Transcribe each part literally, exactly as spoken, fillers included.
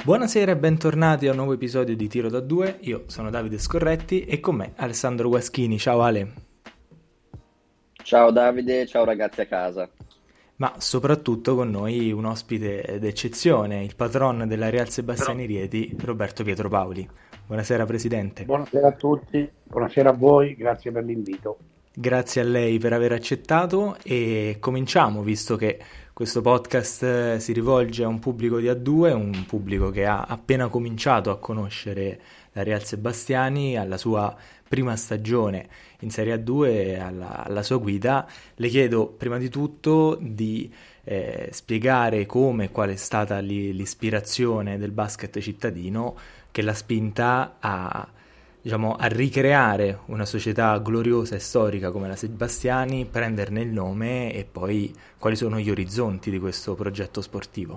Buonasera e bentornati a un nuovo episodio di Tiro da due. Io sono Davide Scorretti e con me Alessandro Guaschini. Ciao Ale. Ciao Davide, ciao ragazzi a casa. Ma soprattutto con noi un ospite d'eccezione, il patron della Real Però, Sebastiani Rieti, Roberto Pietro Paoli. Buonasera Presidente. buonasera a tutti, buonasera a voi, grazie per l'invito. Grazie a lei per aver accettato e cominciamo, visto che questo podcast eh, si rivolge a un pubblico di A due, un pubblico che ha appena cominciato a conoscere la Real Sebastiani, alla sua prima stagione in Serie A due e alla, alla sua guida. Le chiedo prima di tutto di eh, spiegare come e qual è stata lì l'ispirazione del basket cittadino che l'ha spinta a diciamo, a ricreare una società gloriosa e storica come la Sebastiani, prenderne il nome e poi quali sono gli orizzonti di questo progetto sportivo.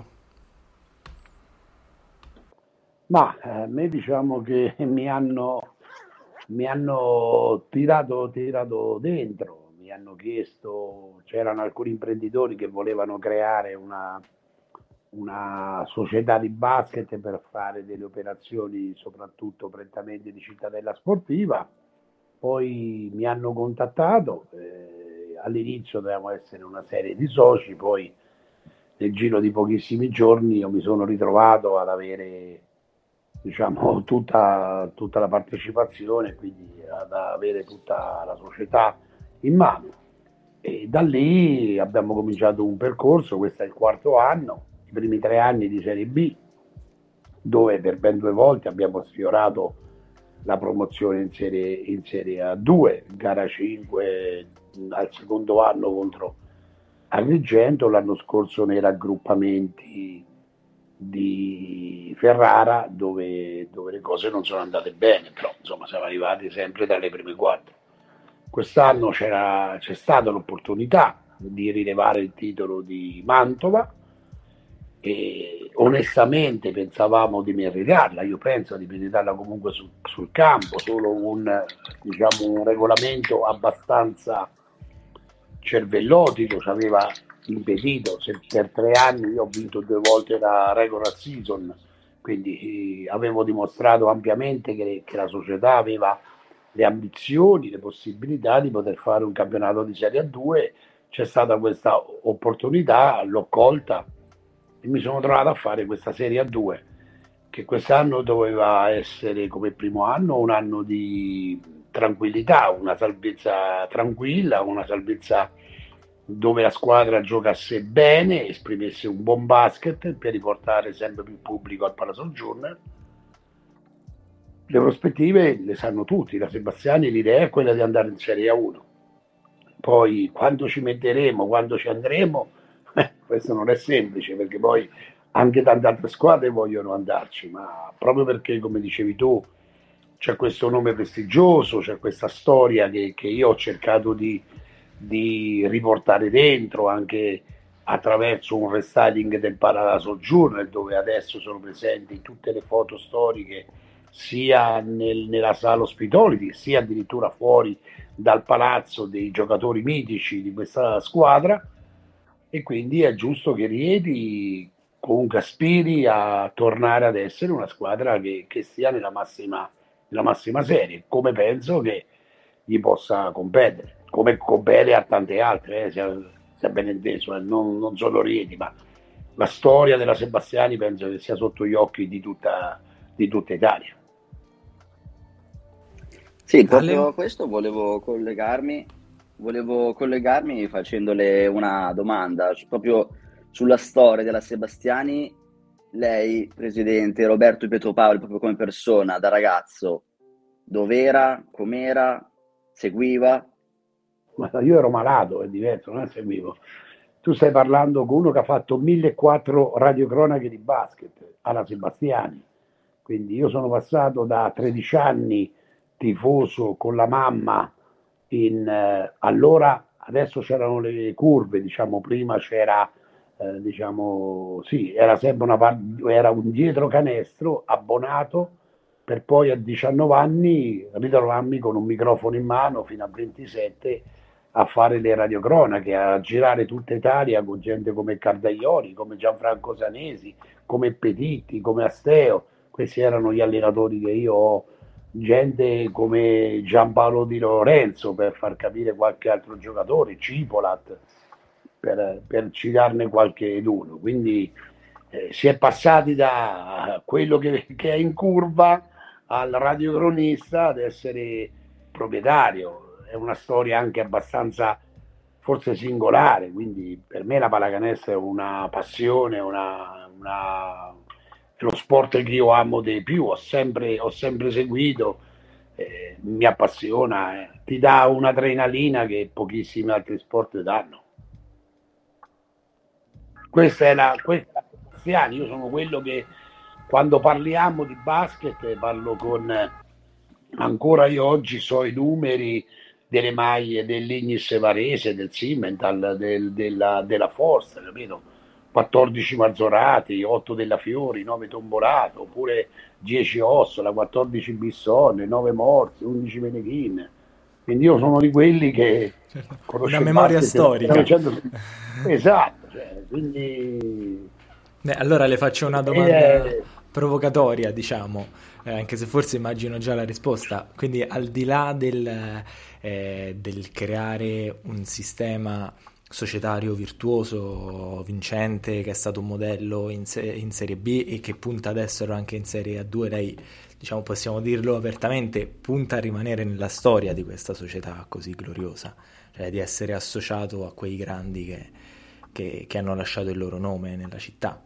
Ma eh, a me diciamo che mi hanno, mi hanno tirato, tirato dentro, mi hanno chiesto, c'erano alcuni imprenditori che volevano creare una, una società di basket per fare delle operazioni soprattutto prettamente di cittadella sportiva, poi mi hanno contattato, eh, all'inizio dovevamo essere una serie di soci, poi nel giro di pochissimi giorni io mi sono ritrovato ad avere diciamo, tutta, tutta la partecipazione, quindi ad avere tutta la società in mano. E da lì abbiamo cominciato un percorso, questo è il quarto anno, i primi tre anni di Serie B, dove per ben due volte abbiamo sfiorato la promozione in Serie, in serie A due, gara cinque al secondo anno contro Agrigento, l'anno scorso nei raggruppamenti di Ferrara dove, dove le cose non sono andate bene, però insomma siamo arrivati sempre dalle prime quattro. Quest'anno c'era, c'è stata l'opportunità di rilevare il titolo di Mantova e onestamente pensavamo di meritarla, io penso di meritarla comunque sul, sul campo, solo un, diciamo, un regolamento abbastanza cervellotico ci aveva impedito, se per tre anni io ho vinto due volte la regular season, quindi eh, avevo dimostrato ampiamente che, che la società aveva le ambizioni, le possibilità di poter fare un campionato di Serie A due, c'è stata questa opportunità, l'ho colta e mi sono trovato a fare questa Serie A due che quest'anno doveva essere come primo anno un anno di tranquillità, una salvezza tranquilla, una salvezza dove la squadra giocasse bene, esprimesse un buon basket per riportare sempre più pubblico al Palazzo Journal. Le prospettive le sanno tutti, la Sebastiani l'idea è quella di andare in Serie A uno. Poi quando ci metteremo, quando ci andremo, eh, questo non è semplice perché poi anche tante altre squadre vogliono andarci, ma proprio perché, come dicevi tu, c'è questo nome prestigioso, c'è questa storia che, che io ho cercato di, di riportare dentro anche attraverso un restyling del Palazzo Journal, dove adesso sono presenti tutte le foto storiche sia nel, nella sala ospitality, sia addirittura fuori dal palazzo dei giocatori mitici di questa squadra, e quindi è giusto che Rieti comunque aspiri a tornare ad essere una squadra che, che stia nella massima, nella massima serie, come penso che gli possa competere, come compete a tante altre, eh, sia, sia ben inteso, eh, non, non solo Rieti, ma la storia della Sebastiani penso che sia sotto gli occhi di tutta, di tutta Italia. Sì, Ale? proprio a questo volevo collegarmi, volevo collegarmi facendole una domanda, c- proprio sulla storia della Sebastiani. Lei, presidente Roberto Pietro Paoli, proprio come persona, da ragazzo, dov'era, com'era, seguiva? Ma io ero malato, è diverso, non è seguivo. Tu stai parlando con uno che ha fatto millequattrocento radiocronache di basket alla Sebastiani. Quindi io sono passato da tredici anni tifoso con la mamma in, eh, allora, adesso c'erano le curve, diciamo, prima c'era, eh, diciamo, sì, era sempre una, par- era un dietro canestro abbonato per poi a diciannove anni ritrovarmi con un microfono in mano fino a ventisette a fare le radiocronache, a girare tutta Italia con gente come Cardaioli, come Gianfranco Sanesi, come Petitti, come Asteo. Questi erano gli allenatori che io ho, gente come Giampaolo Di Lorenzo, per far capire qualche altro giocatore, Cipolat, per, per citarne qualche uno. Quindi eh, si è passati da quello che, che è in curva al radiocronista ad essere proprietario. È una storia anche abbastanza forse singolare, quindi per me la pallacanestro è una passione, una, una, è lo sport che io amo di più, ho sempre, ho sempre seguito, eh, mi appassiona, eh. Ti dà un'adrenalina che pochissimi altri sport danno. Questa è la questa, io sono quello che quando parliamo di basket parlo con, ancora io oggi so i numeri delle maglie dell'Ignis Varese, del Simmental, del, della, della Forza, capito? quattordici Marzorati, otto della Fiori, nove Tombolato, oppure dieci Ossola, quattordici Bissonne, nove Morsi, undici Meneghin. Quindi io sono di quelli che una memoria storica. Esatto, cioè, quindi... Beh, allora le faccio una domanda eh... provocatoria, diciamo, eh, anche se forse immagino già la risposta. Quindi al di là del, eh, del creare un sistema societario virtuoso, vincente, che è stato un modello in, se- in Serie B e che punta adesso anche in Serie A due, lei, diciamo, possiamo dirlo apertamente, punta a rimanere nella storia di questa società così gloriosa, cioè di essere associato a quei grandi che, che, che hanno lasciato il loro nome nella città.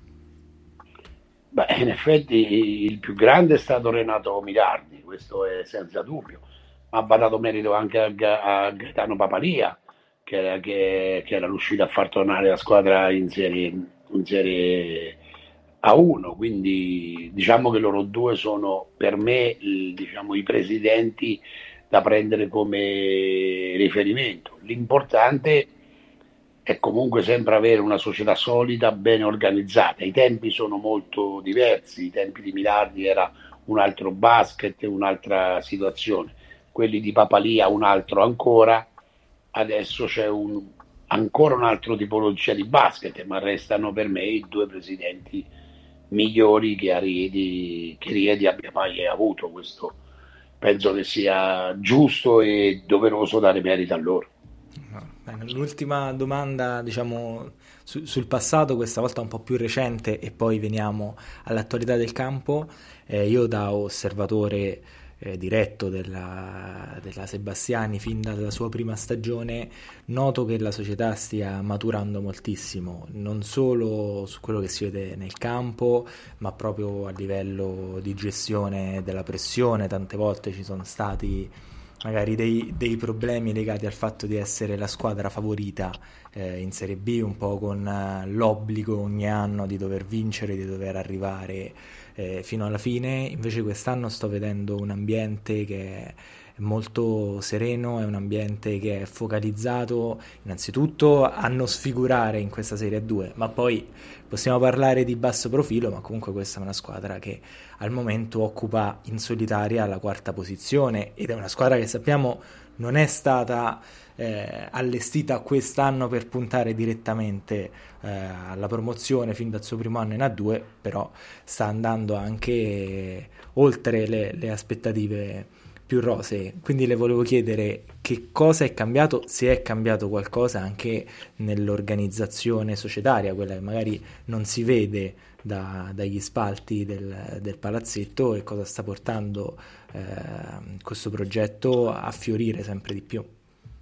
Beh, in effetti il più grande è stato Renato Milardi, questo è senza dubbio, ma va dato merito anche a, Ga- a Gaetano Papalia, che era, che, che era riuscito a far tornare la squadra in serie, in serie A uno, quindi diciamo che loro due sono per me il, diciamo, i presidenti da prendere come riferimento. L'importante è comunque sempre avere una società solida, ben organizzata. I tempi sono molto diversi, i tempi di Milardi era un altro basket, un'altra situazione, quelli di Papalia un altro ancora, adesso c'è un, ancora un'altra tipologia di basket, ma restano per me i due presidenti migliori che Rieti, che Rieti abbia mai avuto. Questo penso che sia giusto e doveroso dare merito a loro. L'ultima domanda, diciamo, su, sul passato, questa volta un po' più recente, e poi veniamo all'attualità del campo. Eh, io da osservatore eh, diretto della, della Sebastiani fin dalla sua prima stagione noto che la società stia maturando moltissimo, non solo su quello che si vede nel campo, ma proprio a livello di gestione della pressione. Tante volte ci sono stati magari dei, dei problemi legati al fatto di essere la squadra favorita eh, in Serie B, un po' con eh, l'obbligo ogni anno di dover vincere, di dover arrivare eh, fino alla fine. Invece quest'anno sto vedendo un ambiente che è molto sereno, è un ambiente che è focalizzato innanzitutto a non sfigurare in questa Serie due, ma poi possiamo parlare di basso profilo, ma comunque questa è una squadra che al momento occupa in solitaria la quarta posizione ed è una squadra che sappiamo non è stata eh, allestita quest'anno per puntare direttamente eh, alla promozione fin dal suo primo anno in A due, però sta andando anche oltre le, le aspettative più rosee. Quindi le volevo chiedere che cosa è cambiato, se è cambiato qualcosa anche nell'organizzazione societaria, quella che magari non si vede da, dagli spalti del, del palazzetto, e cosa sta portando eh, questo progetto a fiorire sempre di più.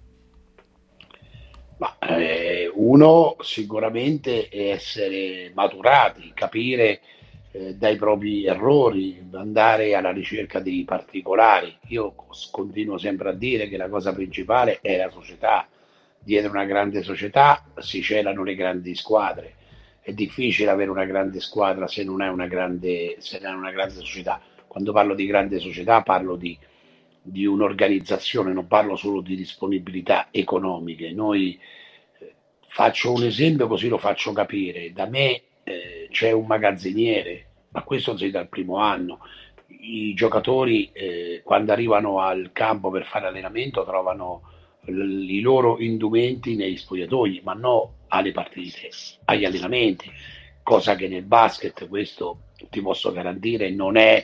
Ma, eh, uno sicuramente è essere maturati, capire eh, dai propri errori, andare alla ricerca dei particolari. Io continuo sempre a dire che la cosa principale è la società. Dietro una grande società si celano le grandi squadre. È difficile avere una grande squadra se non è una grande, se non è una grande società. Quando parlo di grande società parlo di, di un'organizzazione, non parlo solo di disponibilità economiche. Noi eh, faccio un esempio così lo faccio capire. Da me eh, c'è un magazziniere, ma questo sì dal primo anno. I giocatori eh, quando arrivano al campo per fare allenamento trovano l- i loro indumenti nei spogliatoi, ma no alle partite, agli allenamenti, cosa che nel basket, questo ti posso garantire, non è,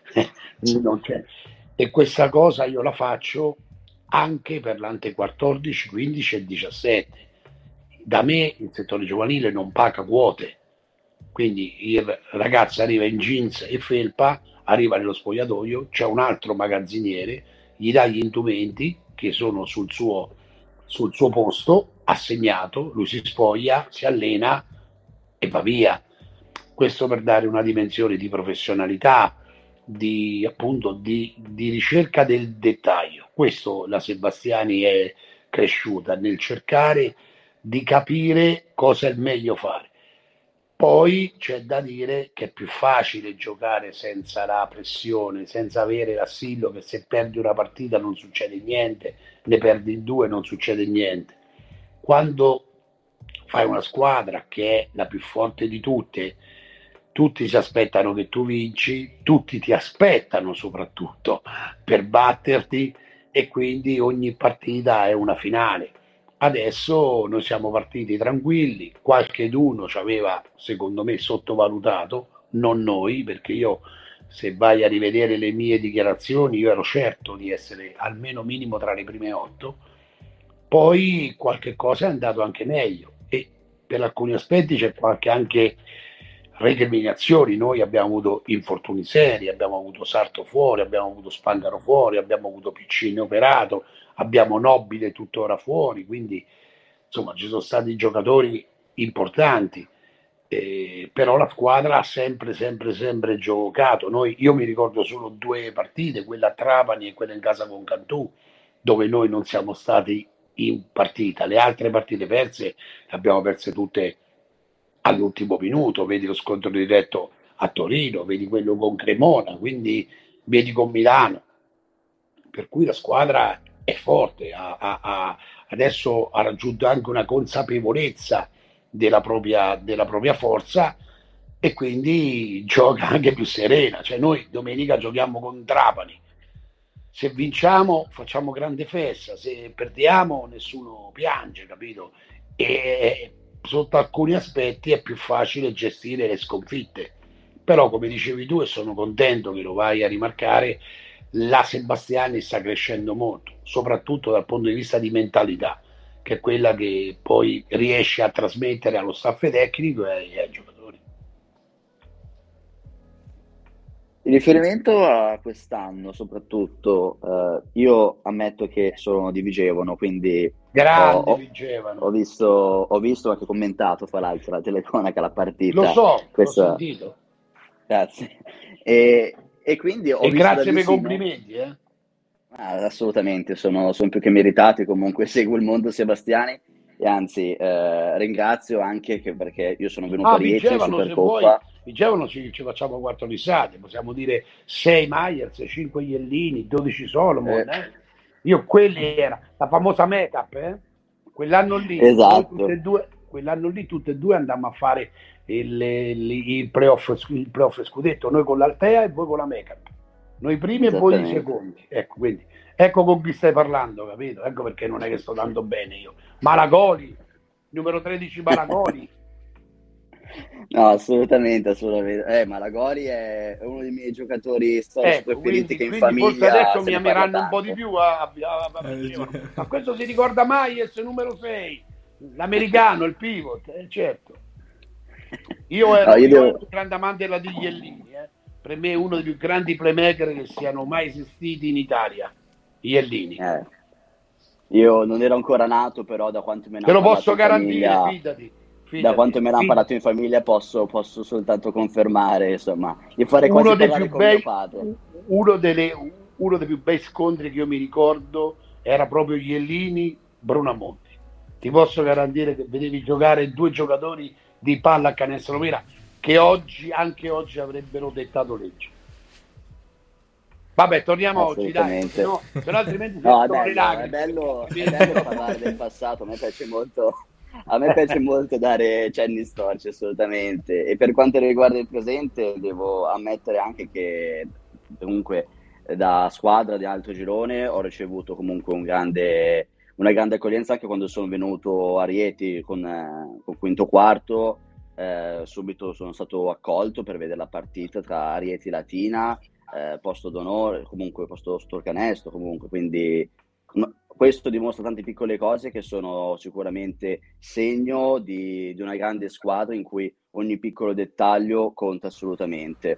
non c'è. E questa cosa io la faccio anche per l'Ante quattordici, quindici e diciassette. Da me il settore giovanile non paga quote, quindi il ragazzo arriva in jeans e felpa, arriva nello spogliatoio, c'è un altro magazziniere, gli dà gli indumenti che sono sul suo, sul suo posto, assegnato, lui si spoglia, si allena e va via. Questo per dare una dimensione di professionalità, di, appunto, di, di ricerca del dettaglio. Questo la Sebastiani è cresciuta nel cercare di capire cosa è meglio fare. Poi c'è da dire che è più facile giocare senza la pressione, senza avere l'assillo che se perdi una partita non succede niente, ne perdi due non succede niente. Quando fai una squadra che è la più forte di tutte, tutti si aspettano che tu vinci, tutti ti aspettano soprattutto per batterti e quindi ogni partita è una finale. Adesso noi siamo partiti tranquilli, qualcheduno ci aveva secondo me sottovalutato, non noi, perché io se vai a rivedere le mie dichiarazioni io ero certo di essere almeno minimo tra le prime otto, poi qualche cosa è andato anche meglio e per alcuni aspetti c'è qualche anche recriminazioni. Noi abbiamo avuto infortuni seri, abbiamo avuto Sarto fuori, abbiamo avuto Spangaro fuori, abbiamo avuto Piccini operato, abbiamo Nobile tuttora fuori, quindi insomma ci sono stati giocatori importanti, eh, però la squadra ha sempre sempre sempre giocato. Noi, io mi ricordo solo due partite, quella a Trapani e quella in casa con Cantù, dove noi non siamo stati in partita. Le altre partite perse le abbiamo perse tutte all'ultimo minuto, vedi lo scontro diretto a Torino, vedi quello con Cremona, quindi vedi con Milano, per cui la squadra è forte, ha, ha, ha, adesso ha raggiunto anche una consapevolezza della propria, della propria forza e quindi gioca anche più serena. Cioè noi domenica giochiamo con Trapani, se vinciamo facciamo grande festa, se perdiamo nessuno piange, capito? E sotto alcuni aspetti è più facile gestire le sconfitte, però come dicevi tu e sono contento che lo vai a rimarcare, la Sebastiani sta crescendo molto, soprattutto dal punto di vista di mentalità, che è quella che poi riesce a trasmettere allo staff tecnico e ai giocatori. In riferimento a quest'anno soprattutto, eh, io ammetto che sono di Vigevano, quindi Grande ho, Vigevano. ho visto, ho visto anche commentato, fra l'altro, la telecronaca, la partita. Lo so, Questa... l'ho sentito. Grazie. E, e quindi ho e visto grazie da per i vicino... complimenti. Eh? Ah, assolutamente, sono, sono più che meritati, comunque seguo il mondo Sebastiani e anzi eh, ringrazio anche che perché io sono venuto Ah, a Rieti in Vigevano, se vuoi, Supercoppa. Vigevano ci, ci facciamo quattro risate, possiamo dire sei Myers, cinque Iellini, dodici Solomon. Eh, Eh? Io quelli era la famosa make-up, eh? Quell'anno lì, noi esatto. tutte e due, quell'anno lì tutte e due andammo a fare il, il, il playoff, il playoff scudetto, noi con l'Altea e voi con la make-up. Noi primi e voi i Esattamente. secondi. Ecco, quindi, ecco con chi stai parlando, capito? Ecco perché non è che sto dando bene io. Malagoli, numero tredici Malagoli. No, assolutamente, assolutamente. Eh, Malagori è uno dei miei giocatori storici Ecco, preferiti quindi, che in quindi forse famiglia adesso se mi ne parla ameranno un po' tanto. di più a, a, a, a Eh, Vigevano. sì. Ma questo si ricorda Myers numero sei, l'americano, il pivot, eh, certo. Io ero, No, io io devo- ero un grande amante della Iellini, eh. Per me è uno dei più grandi playmaker che siano mai esistiti in Italia, Iellini. eh, io non ero ancora nato, però da quanto me ne Te hanno lo parlato posso in garantire, famiglia, fidati, da fidati. quanto me ne hanno Fidati. parlato in famiglia posso, posso soltanto confermare, insomma, io farei quasi Uno dei parlare più con mio bei, padre. uno delle, uno dei più bei scontri che io mi ricordo era proprio Iellini Brunamonti. Ti posso garantire che vedevi giocare due giocatori di palla a canestro vera che oggi, anche oggi, avrebbero dettato legge. Vabbè, torniamo a oggi, dai, Assolutamente. se no, se no altrimenti No, è sentono le bello, è lacrime. bello, è bello parlare del passato, a me piace molto, a me piace molto dare cenni storici, assolutamente. E per quanto riguarda il presente, devo ammettere anche che comunque da squadra di alto girone ho ricevuto comunque un grande, una grande accoglienza anche quando sono venuto a Rieti con, eh, con quinto quarto. Eh, subito sono stato accolto per vedere la partita tra Rieti e Latina, eh, posto d'onore, comunque posto sotto il canestro, comunque, quindi no, questo dimostra tante piccole cose che sono sicuramente segno di, di una grande squadra in cui ogni piccolo dettaglio conta assolutamente.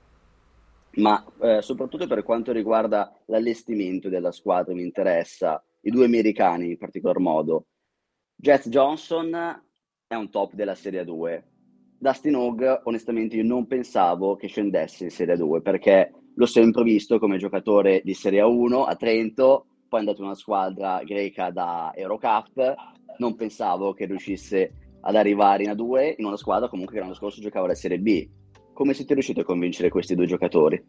Ma eh, soprattutto per quanto riguarda l'allestimento della squadra mi interessa, i due americani in particolar modo. Jazz Johnson è un top della Serie due. Dustin Hogg, onestamente, io non pensavo che scendesse in Serie due perché l'ho sempre visto come giocatore di Serie uno a Trento, poi è andato in una squadra greca da Eurocup. Non pensavo che riuscisse ad arrivare in A due in una squadra comunque che l'anno scorso giocava la Serie B. Come siete riusciti a convincere questi due giocatori?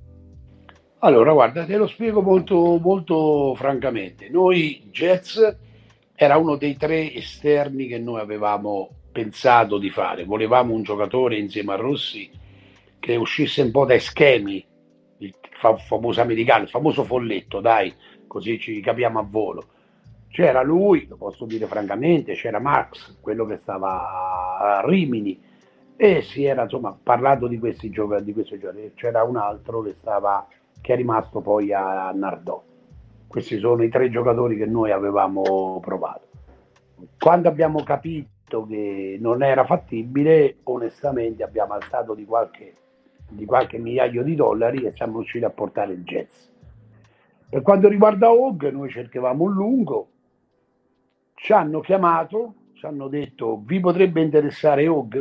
Allora, guarda, te lo spiego molto, molto francamente. Noi, Jets, era uno dei tre esterni che noi avevamo pensato di fare. Volevamo un giocatore insieme a Rossi che uscisse un po' dai schemi, il fa- famoso americano, il famoso folletto, dai, così ci capiamo a volo. C'era lui, lo posso dire francamente, c'era Max, quello che stava a Rimini, e si era insomma parlato di questi giocatori, di questi giocatori. C'era un altro che stava, che è rimasto poi a Nardò. Questi sono i tre giocatori che noi avevamo provato. Quando abbiamo capito che non era fattibile, onestamente abbiamo alzato di qualche, di qualche migliaio di dollari e siamo riusciti a portare il Jets. Per quanto riguarda Hogg, noi cercavamo un lungo, ci hanno chiamato, ci hanno detto vi potrebbe interessare Hogg?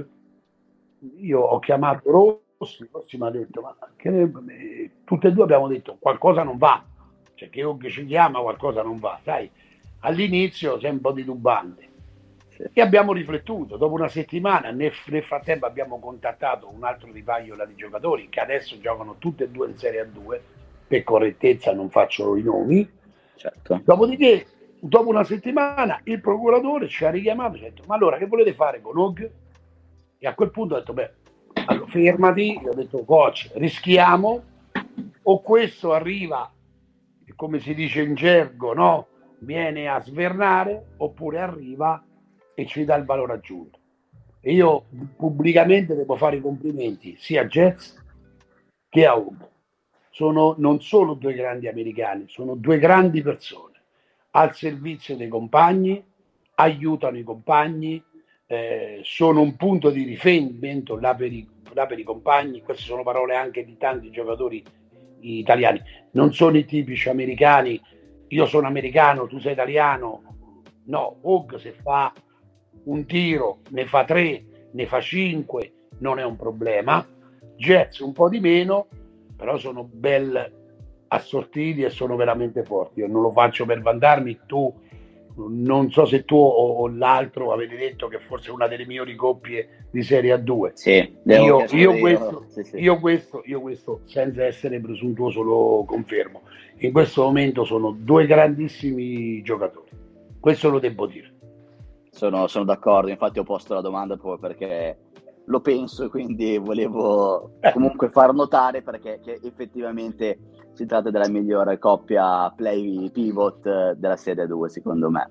Io ho chiamato Rossi, Rossi mi ha detto ma che ne... tutte e due abbiamo detto qualcosa non va, cioè che Hogg ci chiama qualcosa non va, sai, all'inizio sei un po' titubante. Sì. E abbiamo riflettuto, dopo una settimana nel, nel frattempo abbiamo contattato un altro ripaio di giocatori che adesso giocano tutte e due in Serie A due, per correttezza non faccio i nomi, certo. Dopodiché dopo una settimana il procuratore ci ha richiamato e ci ha detto ma allora che volete fare con Hogg? E a quel punto ho detto beh, allora, fermati, gli ho detto coach, rischiamo o questo arriva, come si dice in gergo, no? Viene a svernare, oppure arriva e ci dà il valore aggiunto. E io pubblicamente devo fare i complimenti sia a Jets che a Hogg. Sono non solo due grandi americani, sono due grandi persone al servizio dei compagni, aiutano i compagni, eh, sono un punto di riferimento là per, i, là per i compagni. Queste sono parole anche di tanti giocatori italiani, non sono i tipici americani, io sono americano, tu sei italiano. No, Hogg se fa un tiro ne fa tre, ne fa cinque, non è un problema. Jets un po' di meno, però sono ben assortiti e sono veramente forti. Io non lo faccio per vantarmi, tu non so se tu o, o l'altro avete detto che forse è una delle migliori coppie di Serie A due. Sì, io, io, questo, sì, sì. io, questo, io questo senza essere presuntuoso lo confermo. In questo momento sono due grandissimi giocatori, questo lo devo dire. Sono, sono d'accordo, infatti ho posto la domanda proprio perché lo penso, quindi volevo comunque far notare perché che effettivamente si tratta della migliore coppia play pivot della Serie due, secondo me.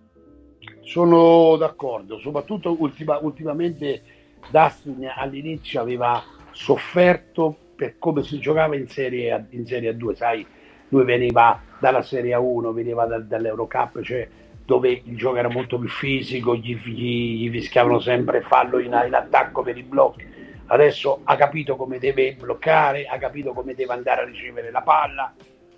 Sono d'accordo, soprattutto ultima, ultimamente Dustin all'inizio aveva sofferto per come si giocava in Serie A, in Serie A due, sai, lui veniva dalla Serie A uno, veniva da, dall'Eurocup, cioè dove il gioco era molto più fisico, gli, gli, gli fischiavano sempre fallo in, in attacco per i blocchi. Adesso ha capito come deve bloccare, ha capito come deve andare a ricevere la palla.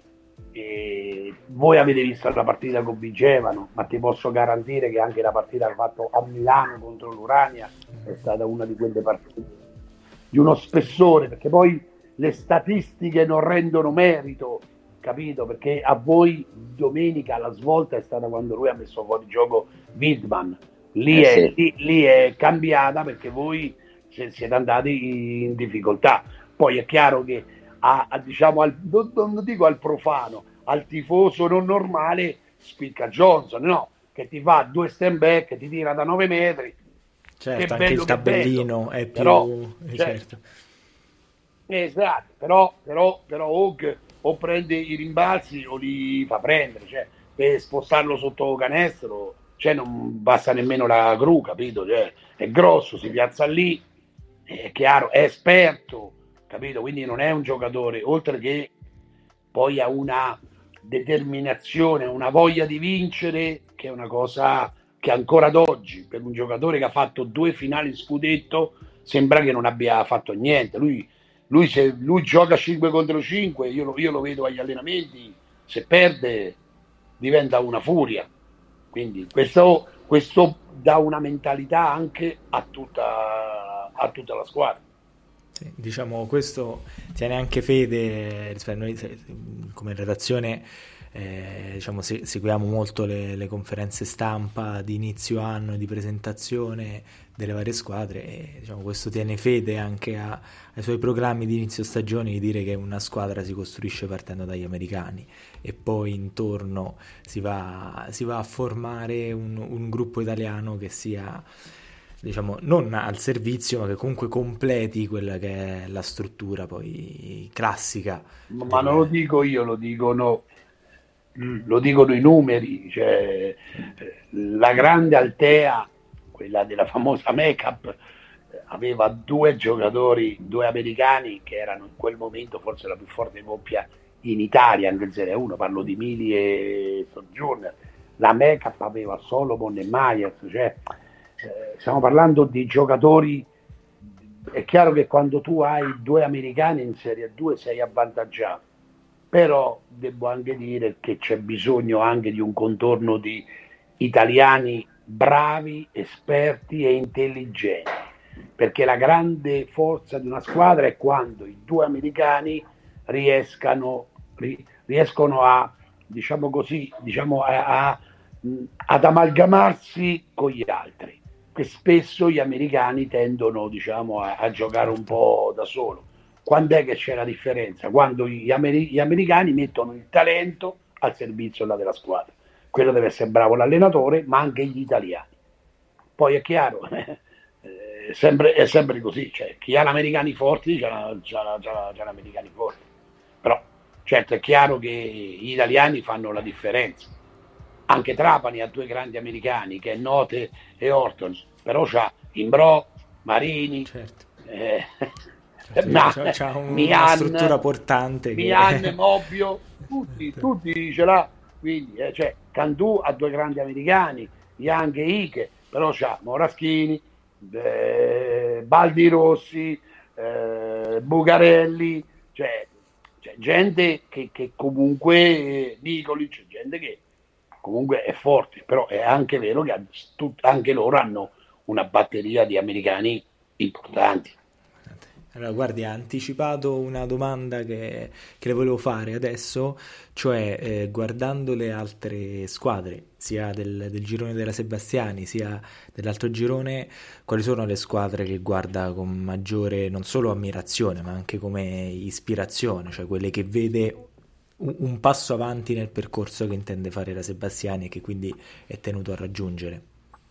E voi avete visto la partita con Vigevano, ma ti posso garantire che anche la partita che ha fatto a Milano contro l'Urania è stata una di quelle partite di uno spessore, perché poi le statistiche non rendono merito, capito? Perché a voi domenica la svolta è stata quando lui ha messo fuori gioco Wildman, lì, eh è, sì. lì, lì è cambiata perché voi siete andati in difficoltà. Poi è chiaro che a, a, diciamo al, non, non dico al profano, al tifoso non normale spicca Johnson, no? Che ti fa due stand back, ti tira da nove metri. Certo, che anche bello, il tabellino è più però, certo. certo. Esatto, però, però, però Hogg o prende i rimbalzi o li fa prendere, cioè, per spostarlo sotto canestro, cioè non basta nemmeno la gru, capito? Cioè, è grosso, si piazza lì, è chiaro, è esperto, capito? Quindi non è un giocatore, oltre che poi ha una determinazione, una voglia di vincere, che è una cosa che ancora ad oggi, per un giocatore che ha fatto due finali scudetto, sembra che non abbia fatto niente. Lui, lui se lui gioca cinque contro cinque, io lo, io lo vedo agli allenamenti, se perde diventa una furia. Quindi questo, questo dà una mentalità anche a tutta, a tutta la squadra. Sì, diciamo, questo tiene anche fede rispetto a noi come redazione. Eh, diciamo, se, seguiamo molto le, le conferenze stampa di inizio anno, di presentazione delle varie squadre, e diciamo, questo tiene fede anche a, ai suoi programmi di inizio stagione, di dire che una squadra si costruisce partendo dagli americani e poi intorno si va, si va a formare un, un gruppo italiano che sia, diciamo, non al servizio, ma che comunque completi quella che è la struttura poi classica. Ma del... non lo dico io, lo dicono, lo dicono i numeri, cioè, la grande Altea, quella della famosa Makeup, aveva due giocatori, due americani che erano in quel momento forse la più forte coppia in Italia nel Serie uno, parlo di Mili e Sojourner. La Makeup aveva Solomon e Myers, cioè eh, stiamo parlando di giocatori. È chiaro che quando tu hai due americani in Serie due sei avvantaggiato, però devo anche dire che c'è bisogno anche di un contorno di italiani bravi, esperti e intelligenti, perché la grande forza di una squadra è quando i due americani riescano, ri, riescono a, diciamo così, diciamo a, a, ad amalgamarsi con gli altri, che spesso gli americani tendono, diciamo, a, a giocare un po' da solo. Quando è che c'è la differenza? Quando gli, ameri- gli americani mettono il talento al servizio là della squadra. Quello deve essere bravo l'allenatore, ma anche gli italiani. Poi è chiaro, eh, è, sempre, è sempre così, cioè chi ha gli americani forti c'ha, c'ha, c'ha, c'ha gli americani forti. Però certo è chiaro che gli italiani fanno la differenza. Anche Trapani ha due grandi americani, che è Note e Horton, però c'ha Imbro, Marini, certo. eh, Certo, Ma, c'ha, c'ha un, Mian, una struttura portante Mian, che... Mobbio, tutti, tutti ce l'ha. Quindi, eh, cioè, Cantù ha due grandi americani, Young e Ike, però c'ha Moraschini, eh, Baldi Rossi, eh, Bucarelli, cioè, cioè gente che, che comunque, eh, Nicolic, gente che comunque è forte, però è anche vero che anche loro hanno una batteria di americani importanti. Allora, guardi, ha anticipato una domanda che, che le volevo fare adesso, cioè eh, guardando le altre squadre, sia del, del girone della Sebastiani, sia dell'altro girone, quali sono le squadre che guarda con maggiore non solo ammirazione, ma anche come ispirazione, cioè quelle che vede un, un passo avanti nel percorso che intende fare la Sebastiani e che quindi è tenuto a raggiungere?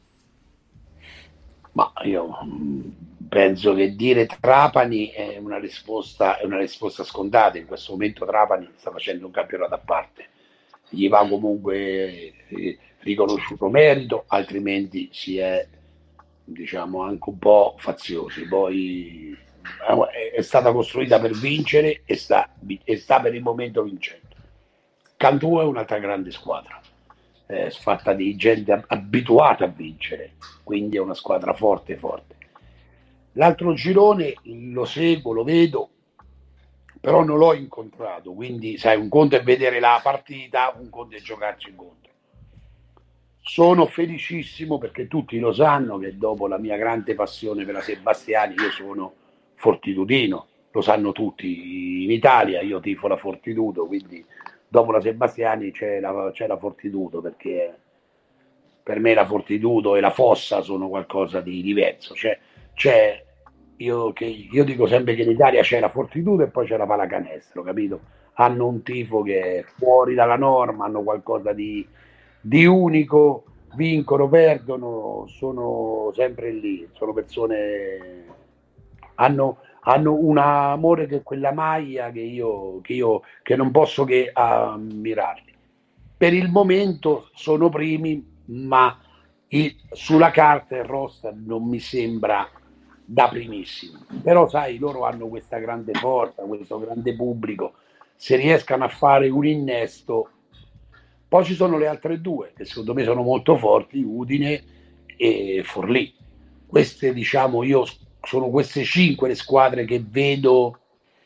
Ma io penso che dire Trapani è una risposta, è una risposta scontata. In questo momento Trapani sta facendo un campionato a parte, gli va comunque riconosciuto merito, altrimenti si è, diciamo, anche un po' faziosi. Poi è stata costruita per vincere e sta, e sta per il momento vincendo. Cantù è un'altra grande squadra, eh, fatta di gente abituata a vincere, quindi è una squadra forte forte. L'altro girone lo seguo, lo vedo, però non l'ho incontrato, quindi sai, un conto è vedere la partita, un conto è giocarci incontro. Sono felicissimo perché tutti lo sanno che dopo la mia grande passione per la Sebastiani io sono fortitudino, lo sanno tutti in Italia, io tifo la Fortitudo, quindi dopo la Sebastiani c'è la, c'è la Fortitudo, perché per me la Fortitudo e la Fossa sono qualcosa di diverso. C'è, c'è io, che, io dico sempre che in Italia c'è la Fortitudo e poi c'è la pallacanestro, capito? Hanno un tifo che è fuori dalla norma, hanno qualcosa di, di unico, vincono, perdono, sono sempre lì, sono persone, hanno, hanno un amore per quella maglia che io, che io che non posso che ammirarli. per il momento sono primi, ma il, sulla carta il roster non mi sembra da primissimo. Però sai, loro hanno questa grande forza, questo grande pubblico, se riescano a fare un innesto. Poi ci sono le altre due che secondo me sono molto forti, Udine e Forlì. Queste, diciamo, io sono queste cinque le squadre che vedo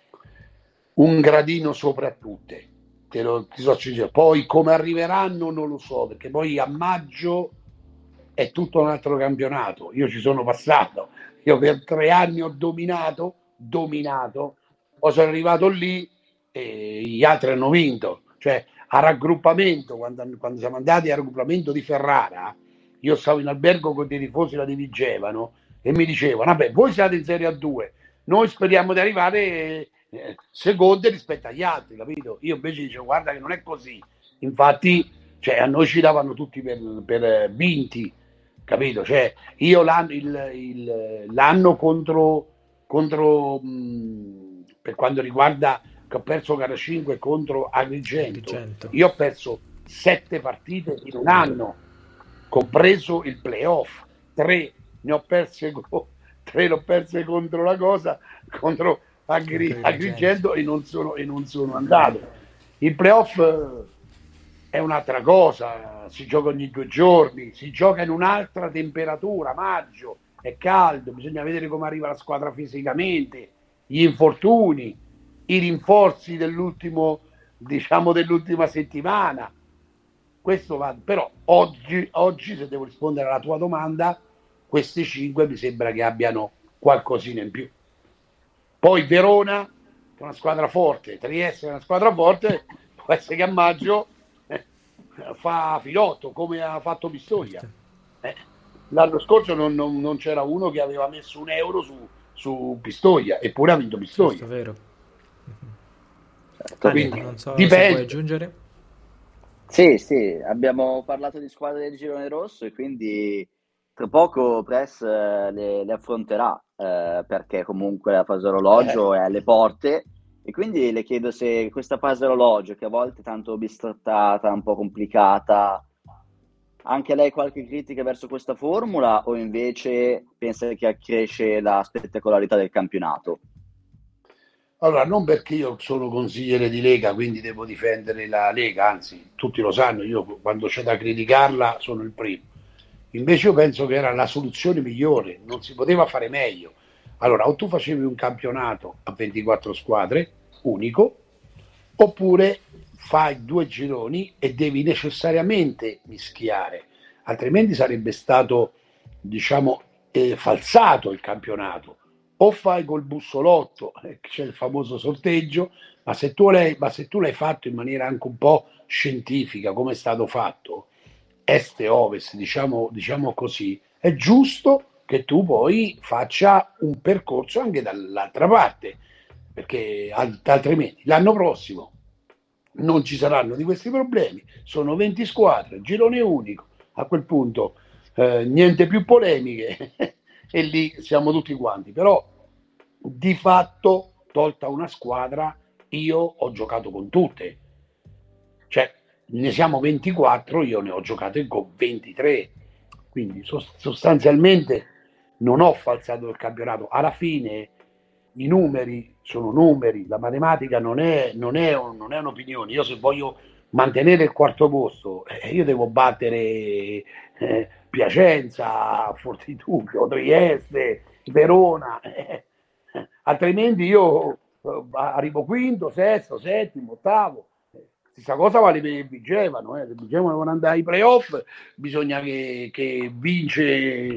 un gradino sopra tutte. Te lo, ti so dire. Poi come arriveranno non lo so, perché poi a maggio è tutto un altro campionato. Io ci sono passato, io per tre anni ho dominato, dominato, poi sono arrivato lì e gli altri hanno vinto. Cioè, a raggruppamento, quando, quando siamo andati al raggruppamento di Ferrara, io stavo in albergo con dei tifosi la dirigevano e mi dicevano, vabbè, voi siete in Serie A due, noi speriamo di arrivare eh, seconde rispetto agli altri, capito? Io invece dicevo, guarda che non è così. Infatti, cioè, a noi ci davano tutti per, per vinti, capito? Cioè, io l'anno, il, il, l'anno contro, contro mh, per quanto riguarda che ho perso gara cinque contro Agrigento, Agrigento. Io ho perso sette partite in un anno, compreso il playoff, tre ne ho perse, tre ne ho perse contro la cosa, contro Agri, Agrigento e non, sono, e non sono andato. Il playoff è un'altra cosa, si gioca ogni due giorni, si gioca in un'altra temperatura, maggio, è caldo, bisogna vedere come arriva la squadra fisicamente, gli infortuni, i rinforzi dell'ultimo, diciamo dell'ultima settimana. Questo va, però oggi, oggi, se devo rispondere alla tua domanda, questi cinque mi sembra che abbiano qualcosina in più. Poi Verona, che è una squadra forte, Trieste è una squadra forte, può essere che a maggio eh, fa filotto, come ha fatto Pistoia. Eh, l'anno scorso non, non, non c'era uno che aveva messo un euro su, su Pistoia, eppure ha vinto Pistoia. Questo è vero. Certo, quindi, non so dipende. Se puoi aggiungere. Sì, sì, abbiamo parlato di squadre del girone rosso e quindi tra poco Press eh, le, le affronterà eh, perché comunque la fase orologio è alle porte e quindi le chiedo se questa fase orologio che a volte è tanto bistrattata, un po' complicata, anche lei qualche critica verso questa formula o invece pensa che accresce la spettacolarità del campionato? Allora, non perché io sono consigliere di Lega, quindi devo difendere la Lega, anzi, tutti lo sanno, io quando c'è da criticarla sono il primo. Invece io penso che era la soluzione migliore, non si poteva fare meglio. Allora, o tu facevi un campionato a ventiquattro squadre, unico, oppure fai due gironi e devi necessariamente mischiare, altrimenti sarebbe stato, diciamo, eh, falsato il campionato. O fai col bussolotto, eh, c'è il famoso sorteggio, ma se, tu l'hai, ma se tu l'hai fatto in maniera anche un po' scientifica, come è stato fatto, est e ovest, diciamo, diciamo così, è giusto che tu poi faccia un percorso anche dall'altra parte, perché altrimenti l'anno prossimo non ci saranno di questi problemi, sono venti squadre, girone unico, a quel punto eh, niente più polemiche e lì siamo tutti quanti, però di fatto, tolta una squadra, io ho giocato con tutte, cioè ne siamo ventiquattro, io ne ho giocate con ventitré, quindi sostanzialmente non ho falsato il campionato. Alla fine i numeri sono numeri, la matematica non è, non è, un, non è un'opinione. Io se voglio mantenere il quarto posto, eh, io devo battere eh, Piacenza, Fortitudo, Trieste, Verona, eh, eh, altrimenti io eh, arrivo quinto, sesto, settimo, ottavo. Stessa cosa vale per il Vigevano, eh. Se Vigevano vuole andare ai playoff bisogna che, che vince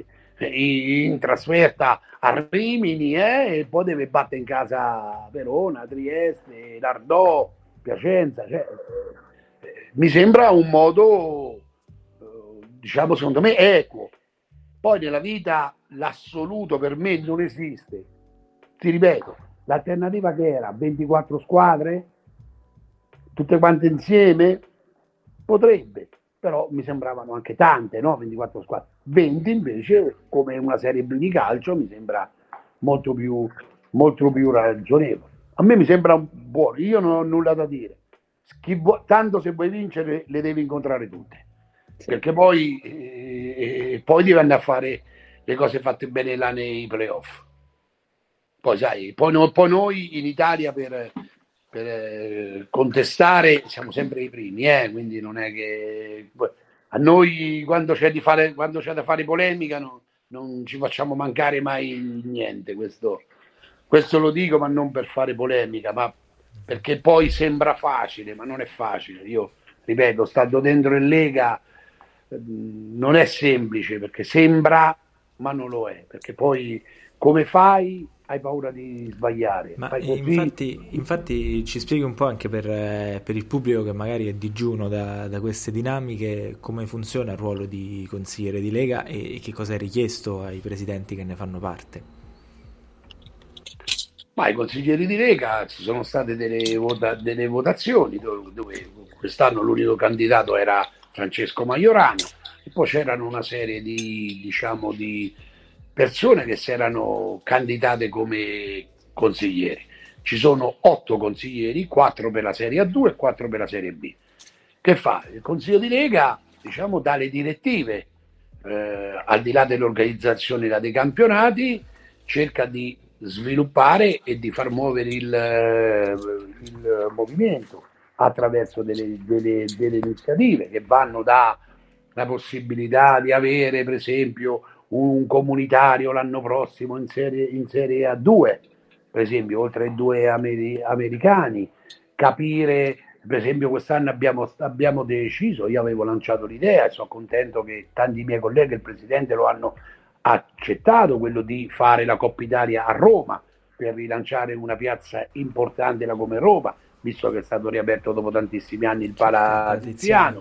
in trasferta a Rimini eh, e poi deve battere in casa Verona, Trieste, Nardò, Piacenza, cioè, eh, mi sembra un modo eh, diciamo secondo me equo. Poi nella vita l'assoluto per me non esiste, ti ripeto, l'alternativa che era ventiquattro squadre tutte quante insieme potrebbe, però mi sembravano anche tante, no? ventiquattro squadre. venti invece, come una Serie B di calcio, mi sembra molto più, molto più ragionevole. A me mi sembra buono, io non ho nulla da dire. chi vu- tanto se vuoi vincere le devi incontrare tutte, sì. Perché poi, eh, poi devi andare a fare le cose fatte bene là nei playoff. Poi sai, poi, no, poi noi in Italia per, per eh, contestare siamo sempre i primi, eh? Quindi non è che a noi quando c'è, di fare, quando c'è da fare polemica no, non ci facciamo mancare mai niente, questo, questo lo dico, ma non per fare polemica, ma perché poi sembra facile, ma non è facile. Io ripeto, stando dentro in Lega eh, non è semplice, perché sembra, ma non lo è, perché poi come fai? Hai paura di sbagliare. Ma Fai così... infatti, infatti ci spieghi un po' anche per, eh, per il pubblico che magari è digiuno da, da queste dinamiche, come funziona il ruolo di consigliere di Lega e, e che cosa è richiesto ai presidenti che ne fanno parte. Ma i consiglieri di Lega ci sono state delle, vota- delle votazioni dove, dove quest'anno l'unico candidato era Francesco Majorano e poi c'erano una serie di, diciamo, di persone che si erano candidate come consiglieri. Ci sono otto consiglieri, quattro per la Serie A due e quattro per la Serie B. Che fa? Il Consiglio di Lega, diciamo, dà le direttive, eh, al di là dell'organizzazione dei campionati, cerca di sviluppare e di far muovere il, il movimento attraverso delle, delle, delle iniziative che vanno da la possibilità di avere, per esempio, un comunitario l'anno prossimo in serie, in serie A due, per esempio, oltre ai due ameri- americani, capire, per esempio quest'anno abbiamo, abbiamo deciso, io avevo lanciato l'idea e sono contento che tanti miei colleghi e il Presidente lo hanno accettato, quello di fare la Coppa Italia a Roma per rilanciare una piazza importante come Roma, visto che è stato riaperto dopo tantissimi anni il Palatiziano.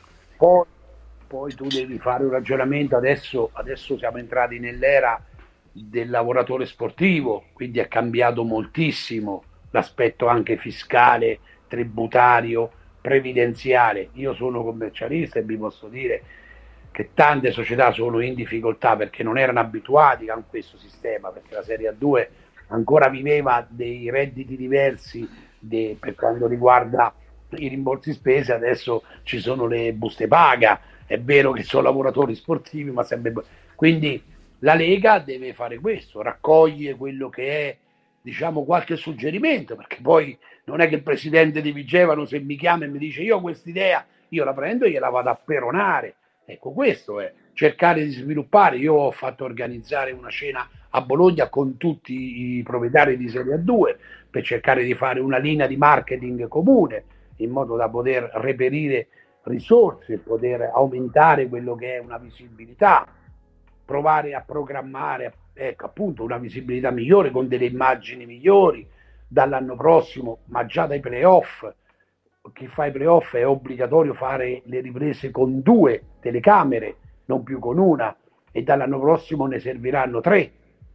Poi Poi tu devi fare un ragionamento, adesso, adesso siamo entrati nell'era del lavoratore sportivo, quindi è cambiato moltissimo l'aspetto anche fiscale, tributario, previdenziale. Io sono commercialista e vi posso dire che tante società sono in difficoltà perché non erano abituati a questo sistema, perché la Serie A due ancora viveva dei redditi diversi de, per quanto riguarda i rimborsi spese, adesso ci sono le buste paga. È vero che sono lavoratori sportivi, ma sempre... Quindi la Lega deve fare questo, raccoglie quello che è, diciamo, qualche suggerimento, perché poi non è che il presidente di Vigevano se mi chiama e mi dice io ho quest'idea, io la prendo e gliela vado a peronare. Ecco, questo è cercare di sviluppare. Io ho fatto organizzare una cena a Bologna con tutti i proprietari di Serie A due per cercare di fare una linea di marketing comune in modo da poter reperire risorse, poter aumentare quello che è una visibilità, provare a programmare, ecco, appunto, una visibilità migliore con delle immagini migliori dall'anno prossimo, ma già dai playoff. Chi fa i playoff è obbligatorio fare le riprese con due telecamere, non più con una, e dall'anno prossimo ne serviranno tre.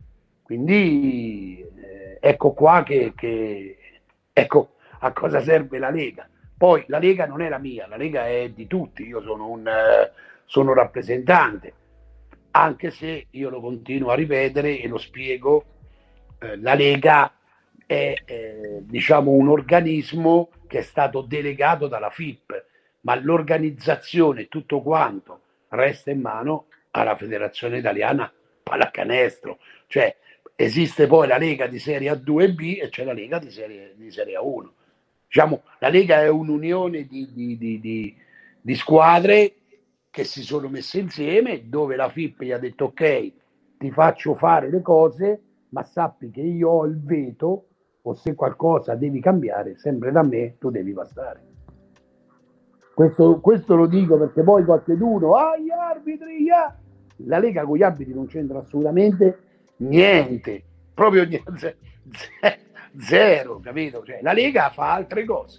Quindi eh, ecco qua che, che ecco a cosa serve la Lega. Poi la Lega non è la mia, la Lega è di tutti, io sono un eh, sono rappresentante, anche se io lo continuo a ripetere e lo spiego, eh, la Lega è eh, diciamo un organismo che è stato delegato dalla F I P, ma l'organizzazione, tutto quanto, resta in mano alla Federazione Italiana Pallacanestro. Cioè esiste poi la Lega di Serie A due e B e c'è la Lega di Serie, di serie A uno. Diciamo, la Lega è un'unione di, di, di, di, di squadre che si sono messe insieme, dove la F I P gli ha detto ok, ti faccio fare le cose, ma sappi che io ho il veto, o se qualcosa devi cambiare, sempre da me, tu devi passare. Questo, questo lo dico perché poi qualcuno, ah, gli arbitri, ah! La Lega con gli arbitri non c'entra assolutamente niente, proprio niente, zero, capito? Cioè, la Lega fa altre cose.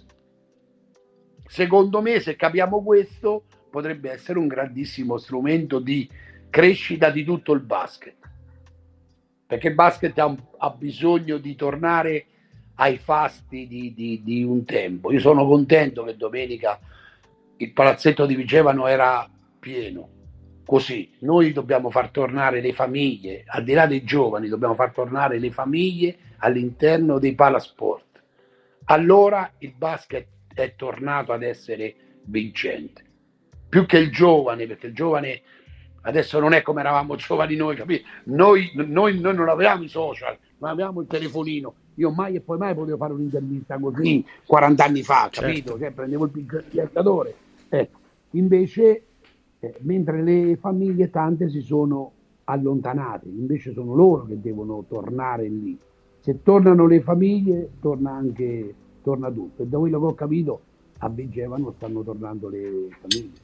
Secondo me, se capiamo questo, potrebbe essere un grandissimo strumento di crescita di tutto il basket, perché il basket ha, ha bisogno di tornare ai fasti di, di, di un tempo. Io sono contento che domenica il palazzetto di Vigevano era pieno, così noi dobbiamo far tornare le famiglie, al di là dei giovani, dobbiamo far tornare le famiglie all'interno dei palasport. Allora il basket è tornato ad essere vincente, più che il giovane, perché il giovane adesso non è come eravamo giovani noi, capito? Noi, noi, noi non avevamo i social, ma avevamo il telefonino. Io mai e poi mai potevo fare un'intervista così quaranta anni fa, capito? Certo. Cioè, prendevo il pizzatore. Ecco. Invece, eh, mentre le famiglie tante si sono allontanate, invece sono loro che devono tornare lì. Se tornano le famiglie, torna anche torna tutto. E da quello che ho capito, a Vigevano stanno tornando le famiglie.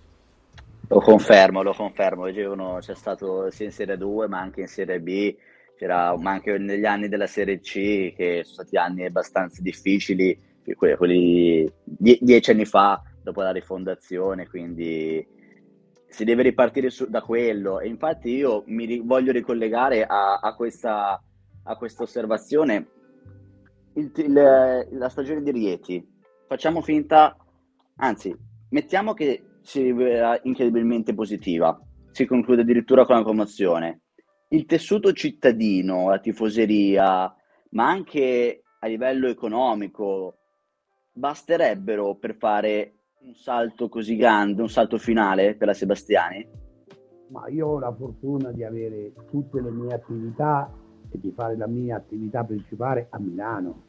Lo confermo, lo confermo. Dicevano, c'è stato sia in Serie due ma anche in Serie B, c'era, ma anche negli anni della Serie C, che sono stati anni abbastanza difficili, quelli, quelli die- dieci anni fa, dopo la rifondazione, quindi si deve ripartire su- da quello. E infatti io mi ri- voglio ricollegare a, a questa, a questa osservazione. Il- il- la stagione di Rieti, facciamo finta, anzi, mettiamo che si rivela incredibilmente positiva, si conclude addirittura con la promozione. Il tessuto cittadino, la tifoseria, ma anche a livello economico, basterebbero per fare un salto così grande, un salto finale per la Sebastiani? Ma io ho la fortuna di avere tutte le mie attività e di fare la mia attività principale a Milano.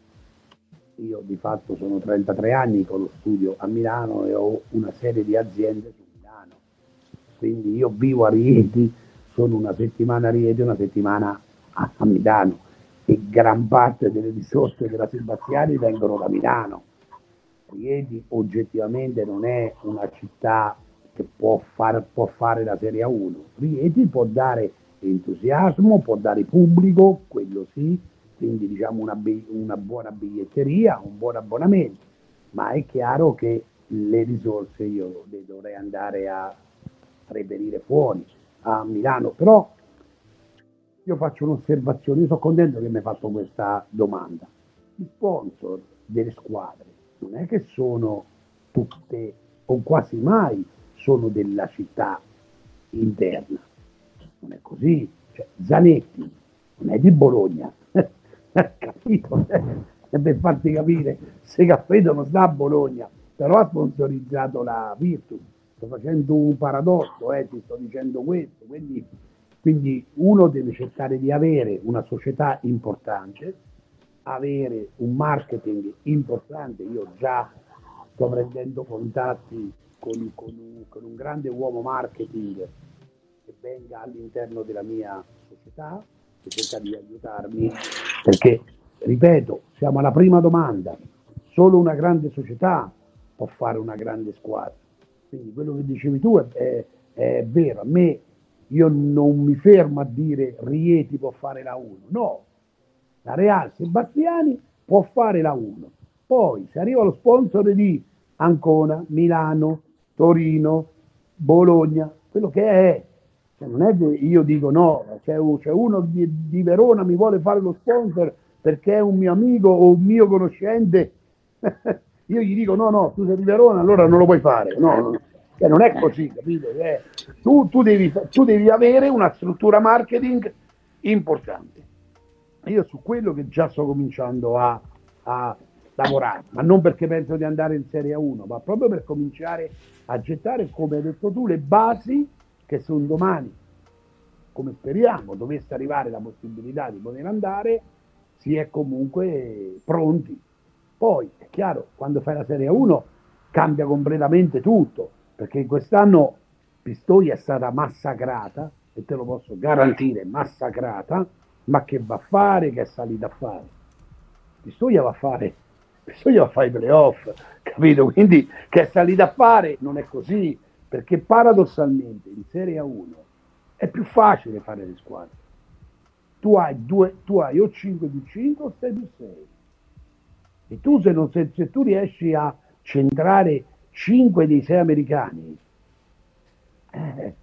Io di fatto sono trentatré anni con lo studio a Milano e ho una serie di aziende su Milano. Quindi io vivo a Rieti, sono una settimana a Rieti e una settimana a, a Milano e gran parte delle risorse della Sebastiani vengono da Milano. Rieti oggettivamente non è una città che può, far, può fare la Serie uno. Rieti può dare entusiasmo, può dare pubblico, quello sì, quindi diciamo una, una buona biglietteria, un buon abbonamento, ma è chiaro che le risorse io le dovrei andare a reperire fuori, a Milano. Però io faccio un'osservazione, io sono contento che mi hai fatto questa domanda. Gli sponsor delle squadre non è che sono tutte, o quasi mai, sono della città interna. Non è così. Cioè, Zanetti non è di Bologna. Capito? E per farti capire, se Caffedo non sta a Bologna, però ha sponsorizzato la Virtus. Sto facendo un paradosso, eh, ti sto dicendo questo. Quindi, quindi uno deve cercare di avere una società importante, avere un marketing importante. Io già sto prendendo contatti con, con, un, con un grande uomo marketing che venga all'interno della mia società, che cerca di aiutarmi, perché, ripeto, siamo alla prima domanda, solo una grande società può fare una grande squadra. Quindi quello che dicevi tu è, è, è vero. A me, io non mi fermo a dire Rieti può fare la uno, no, la Real Sebastiani può fare la uno. Poi se arriva lo sponsor di Ancona, Milano, Torino, Bologna, quello che è, cioè non è che io dico no, c'è, c'è uno di, di Verona mi vuole fare lo sponsor perché è un mio amico o un mio conoscente, io gli dico no, no, tu sei di Verona, allora non lo puoi fare. No, no. Cioè, non è così, capito? Eh, tu, tu, devi, tu devi avere una struttura marketing importante. Io su quello che già sto cominciando a, a lavorare, ma non perché penso di andare in Serie uno, ma proprio per cominciare a gettare, come hai detto tu, le basi che se un domani, come speriamo, dovesse arrivare la possibilità di poter andare, si è comunque pronti. Poi è chiaro, quando fai la Serie uno cambia completamente tutto, perché quest'anno Pistoia è stata massacrata, e te lo posso garantire, massacrata, ma che va a fare, che è salita a fare? Pistoia va a fare, Pistoia va a fare i playoff, capito? Quindi che è salita a fare non è così, perché paradossalmente in Serie uno è più facile fare le squadre. Tu hai, due, tu hai o cinque più cinque o sei più sei. E tu se, non, se, se tu riesci a centrare cinque dei sei americani, eh,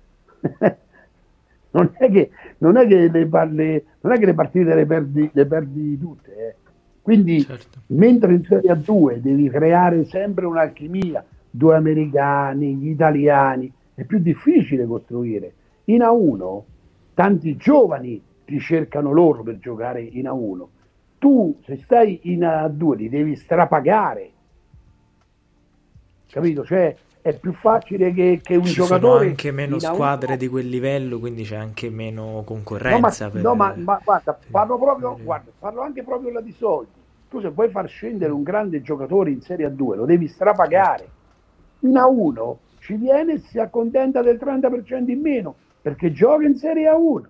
non, è che, non, è che le, le, non è che le partite le perdi, le perdi tutte. Eh. Quindi, certo. Mentre in Serie A due devi creare sempre un'alchimia, due americani, gli italiani, è più difficile costruire. In A uno, tanti giovani ti cercano loro per giocare in A uno. Tu, se stai in A due, li devi strapagare. capito? Cioè è più facile che, che un Ci giocatore sono anche meno in A uno. squadre di quel livello, quindi c'è anche meno No, ma, concorrenza per, no, ma, ma guarda, per- parlo proprio, per- guarda, parlo anche proprio là di soldi. Tu se vuoi far scendere un grande giocatore in Serie A due lo devi strapagare. certo. In A uno ci viene e si accontenta del trenta per cento in meno perché gioca in Serie A uno.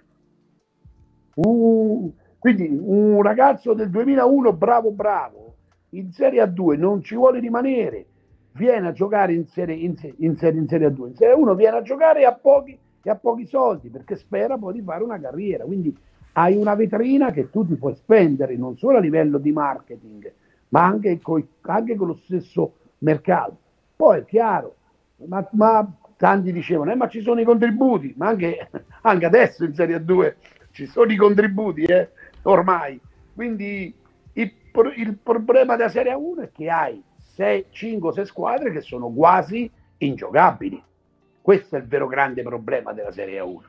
Un- quindi un ragazzo del duemilauno bravo bravo in Serie A due non ci vuole rimanere, viene a giocare in Serie, in, se- in serie, in serie A due, in Serie A uno viene a giocare a pochi, e a pochi soldi perché spera poi di fare una carriera, quindi hai una vetrina che tu ti puoi spendere non solo a livello di marketing ma anche, coi- anche con lo stesso mercato. Poi è chiaro, ma, ma tanti dicevano, eh, ma ci sono i contributi, ma anche, anche adesso in Serie A due ci sono i contributi, eh, ormai. Quindi il, il problema della Serie A uno è che hai cinque sei squadre che sono quasi ingiocabili. Questo è il vero grande problema della Serie A uno.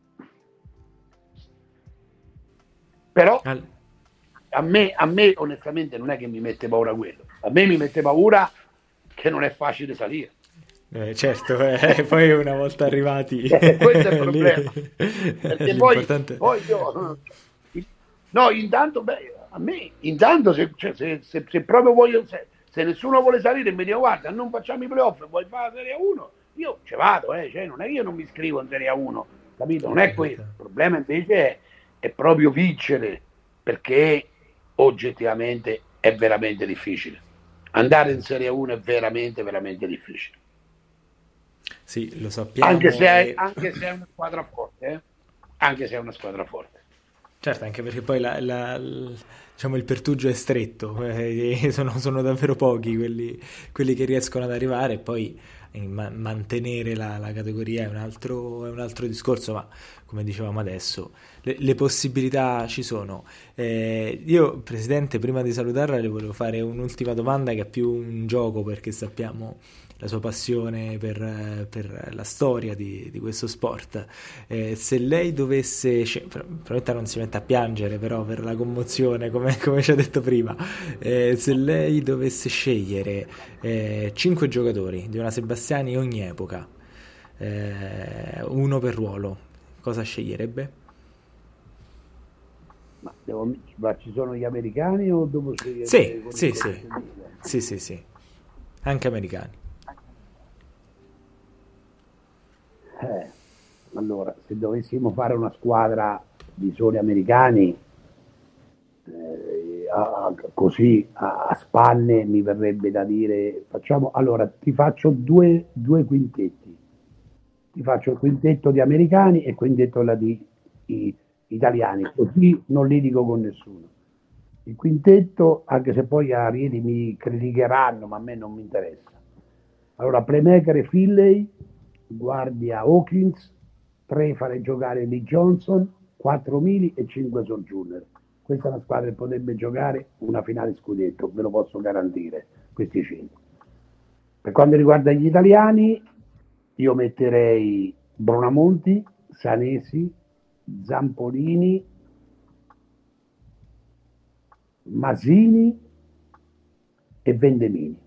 Però Al- a me, a me onestamente non è che mi mette paura quello, a me mi mette paura che non è facile salire. eh, certo, eh, poi una volta arrivati Eh, questo è il lì, problema. Perché poi, l'importante poi io, no, intanto, beh, a me, intanto se, cioè, se, se, se proprio voglio, se, se nessuno vuole salire e mi dice guarda, non facciamo i playoff, vuoi fare la Serie A uno? Io ci vado, eh, cioè, non è che io non mi iscrivo in Serie A uno, capito? Non è questo. Il problema invece è, è proprio vincere, perché oggettivamente è veramente difficile. Andare in Serie A uno è veramente, veramente difficile. Sì, lo sappiamo. Anche se, è, e- anche se è una squadra forte, eh? Anche se è una squadra forte. Certo, anche perché poi la- la- l- diciamo, il pertugio è stretto, eh, sono, sono davvero pochi quelli, quelli che riescono ad arrivare e poi eh, ma- mantenere la, la categoria è un altro, è un altro discorso, ma come dicevamo adesso, le, le possibilità ci sono. Eh, io, Presidente, prima di salutarla, le volevo fare un'ultima domanda che è più un gioco perché sappiamo la sua passione per, eh, per la storia di, di questo sport. Eh, se lei dovesse, sce- pro- probabilmente non si mette a piangere però per la commozione come, come ci ha detto prima, eh, se lei dovesse scegliere eh, cinque giocatori di una Sebastiani ogni epoca, eh, uno per ruolo, cosa sceglierebbe? Ma, devo, ma ci sono gli americani o devo scegliere Sì, con sì, il sì, sì, sì, sì, anche americani. Eh, allora, se dovessimo fare una squadra di soli americani, eh, a- a- così a, a spanne mi verrebbe da dire, facciamo, allora ti faccio due, due quintetti, ti faccio il quintetto di americani e il quintetto là di i- italiani, così non litigo con nessuno. Il quintetto, anche se poi a Rieti mi criticheranno, ma a me non mi interessa. Allora, playmaker e Finlay, guardia Hawkins, tre farei giocare Lee Johnson, quattro Mili e cinque Sojourner. Questa è una squadra che potrebbe giocare una finale scudetto, ve lo posso garantire, questi cinque. Per quanto riguarda gli italiani, io metterei Bonamonti, Sanesi, Zampolini, Masini e Vendemini.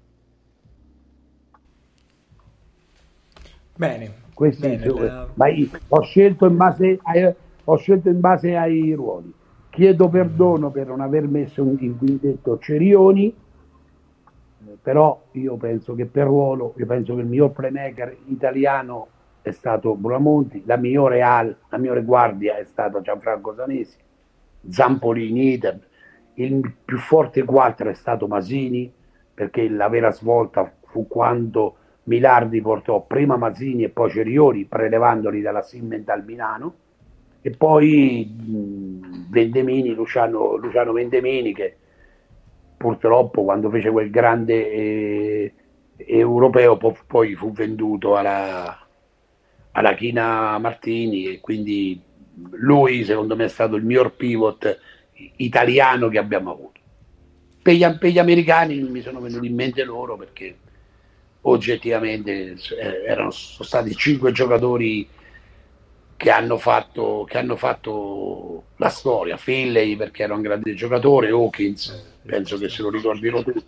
Bene, Questi bene, sono- la- ma io ho scelto in base ai, ho scelto in base ai ruoli. Chiedo perdono per non aver messo in in quintetto Cerioni, eh, però io penso che per ruolo, io penso che il miglior playmaker italiano è stato Buramonti, la migliore al, la migliore guardia è stato Gianfranco Sanesi, Zampolini, idem. Il più forte quattro è stato Masini, perché la vera svolta fu quando Milardi portò prima Masini e poi Cerioni, prelevandoli dalla Simmental Milano, e poi mh, Vendemini, Luciano, Luciano Vendemini, che purtroppo quando fece quel grande eh, europeo po- poi fu venduto alla, alla China Martini, e quindi lui secondo me è stato il miglior pivot italiano che abbiamo avuto. Per gli, per gli americani mi sono venuti in mente loro perché oggettivamente eh, erano, sono stati cinque giocatori che hanno fatto, che hanno fatto la storia. Finlay perché era un grande giocatore, Hawkins penso che se lo ricordino tutti,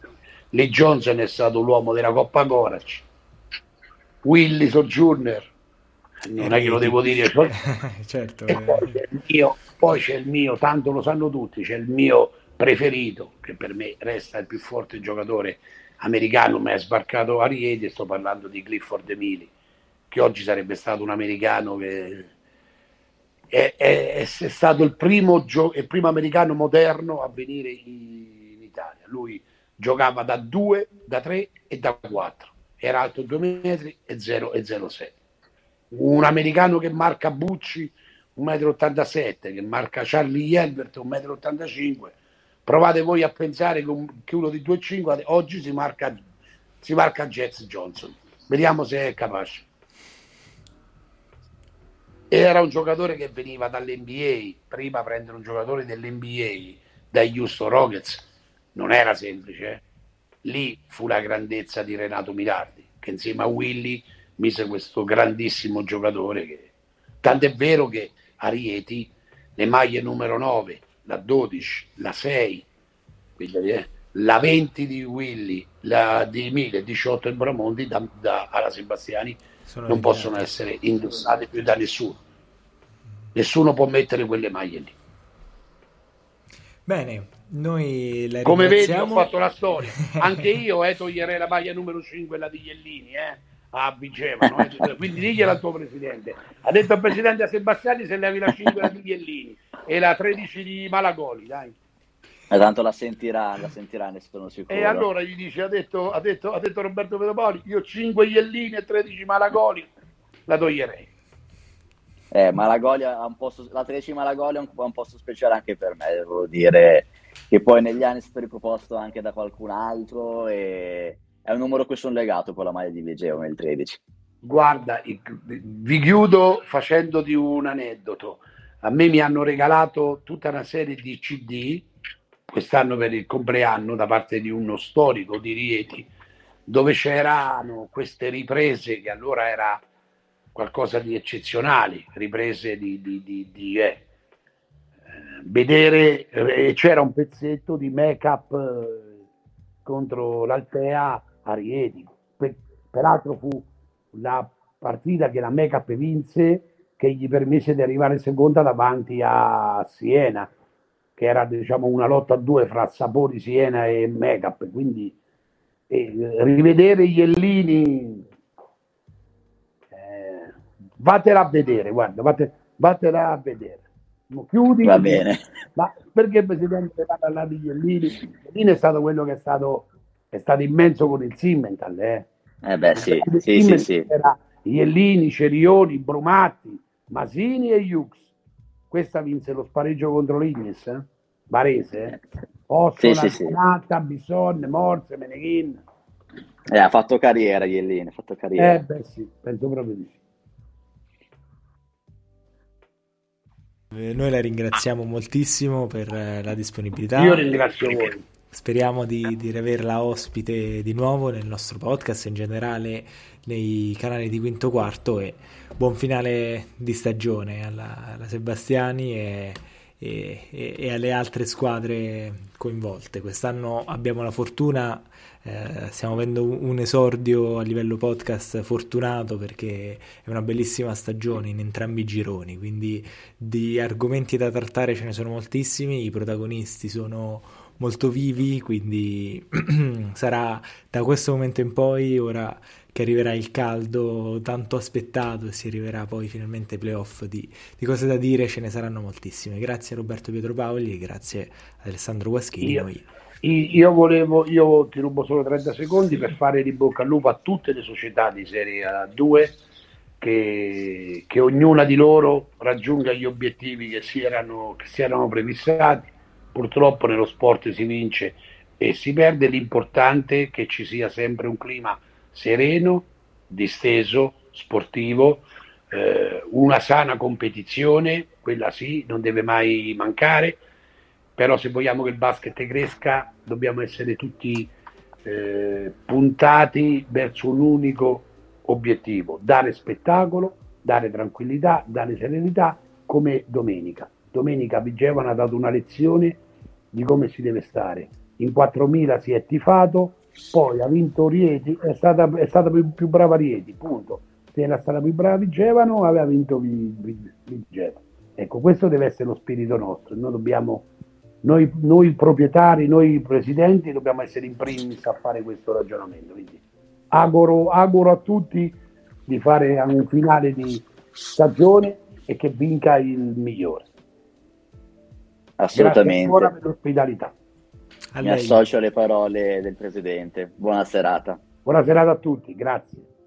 Lee Johnson è stato l'uomo della Coppa Corac, Willy Sojourner, non è che lo devo dire, certo, e poi c'è il mio, poi c'è il mio, tanto lo sanno tutti, c'è il mio preferito, che per me resta il più forte giocatore americano, ma è sbarcato a Rieti, e sto parlando di Clifford Emili, che oggi sarebbe stato un americano che è, è, è stato il primo, gio- il primo americano moderno a venire in, in Italia. Lui giocava da due, da tre e da quattro, era alto due metri e zero e zero sei. Un americano che marca Bucci un metro e ottantasette, che marca Charlie Yelbert un metro e ottantacinque. Provate voi a pensare che, un, che uno di due e cinque oggi si marca, si marca Jets Johnson. Vediamo se è capace. Era un giocatore che veniva dall'N B A, prima prendere un giocatore dell'N B A, dagli Houston Rockets, non era semplice. Eh? Lì fu la grandezza di Renato Minardi, che insieme a Willy mise questo grandissimo giocatore. Che... Tant'è vero che a Rieti le maglie numero nove, la dodici, la sei, quindi, eh, la venti di Willy, la di Emile, diciotto e Bramondi da, da, alla Sebastiani sono non ritirati. Possono essere indossate più da nessuno. Nessuno può mettere quelle maglie lì. Bene, noi la come vedi ho fatto la storia. Anche io eh, toglierei la maglia numero cinque, la di Iellini, eh, a Vigevano. Eh. Quindi digliela al tuo presidente. Ha detto al presidente a Sebastiani se levi la cinque, la di Iellini, e la tredici di Malagoli, dai. E tanto la sentirà, la sentirà, ne sono sicuro. E allora gli dice, ha detto, ha detto, ha detto Roberto Pedopoli, io cinque Iellini e tredici Malagoli la toglierei. Eh, Malagoli ha un posto, la tredici Malagoli è un, un posto speciale anche per me, devo dire, che poi negli anni è stato riproposto anche da qualcun altro, e è un numero a cui sono legato con la maglia di Vigevano, il tredici. Guarda, vi chiudo facendoti un aneddoto. A me mi hanno regalato tutta una serie di C D quest'anno per il compleanno da parte di uno storico di Rieti, dove c'erano queste riprese che allora era qualcosa di eccezionali, riprese di, di, di, di eh, vedere, eh, c'era un pezzetto di make-up eh, contro l'Altea a Rieti. Per, peraltro fu la partita che la make-up vinse, che gli permise di arrivare seconda davanti a Siena, che era, diciamo, una lotta a due fra Sapori, Siena e make-up. Quindi eh, rivedere gli Iellini, eh, vatela a vedere, guarda, vate, vatela a vedere. Chiudi, va bene. Ma perché il presidente va a parlare di Iellini? Iellini è stato quello che è stato, è stato immenso con il Simmental, eh. Eh beh, sì, sì, sì, sì. Era Iellini, Cerioni, Brumatti, Masini e Hughes. Questa vinse lo spareggio contro l'Ignis, eh? Varese, eh? Ossola, sì, sì, sì. Natta, Bisson, Morse, Meneghin. Eh, ha fatto carriera Iellini, ha fatto carriera. Eh beh sì, penso proprio di sì. Noi la ringraziamo moltissimo per la disponibilità. Io ringrazio voi. Speriamo di, di riaverla ospite di nuovo nel nostro podcast, in generale nei canali di Quinto Quarto, e buon finale di stagione alla, alla Sebastiani e, e, e alle altre squadre coinvolte. Quest'anno abbiamo la fortuna, eh, stiamo avendo un esordio a livello podcast fortunato, perché è una bellissima stagione in entrambi i gironi, quindi di argomenti da trattare ce ne sono moltissimi, i protagonisti sono molto vivi, quindi sarà da questo momento in poi, ora che arriverà il caldo tanto aspettato e si arriverà poi finalmente ai playoff, di, di cose da dire ce ne saranno moltissime. Grazie a Roberto Pietropaoli e grazie ad Alessandro Guaschini. Io, noi. io volevo, io ti rubo solo trenta secondi per fare di bocca al lupo a tutte le società di Serie A due, che, che ognuna di loro raggiunga gli obiettivi che si erano, che si erano prefissati. Purtroppo nello sport si vince e si perde, l'importante è che ci sia sempre un clima sereno, disteso, sportivo, eh, una sana competizione, quella sì, non deve mai mancare, però se vogliamo che il basket cresca dobbiamo essere tutti eh, puntati verso un unico obiettivo: dare spettacolo, dare tranquillità, dare serenità, come domenica. Domenica Vigevano ha dato una lezione di come si deve stare. In quattromila si è tifato, poi ha vinto Rieti, è stata, è stata più, più brava Rieti, punto. Se era stata più brava Vigevano, aveva vinto Vigevano. Ecco, questo deve essere lo spirito nostro. Noi dobbiamo, noi, noi proprietari, noi presidenti, dobbiamo essere in primis a fare questo ragionamento. Quindi auguro, auguro a tutti di fare un finale di stagione e che vinca il migliore. Assolutamente. Grazie ancora per l'ospitalità. Mi associo alle parole del presidente. Buona serata. Buona serata a tutti, grazie.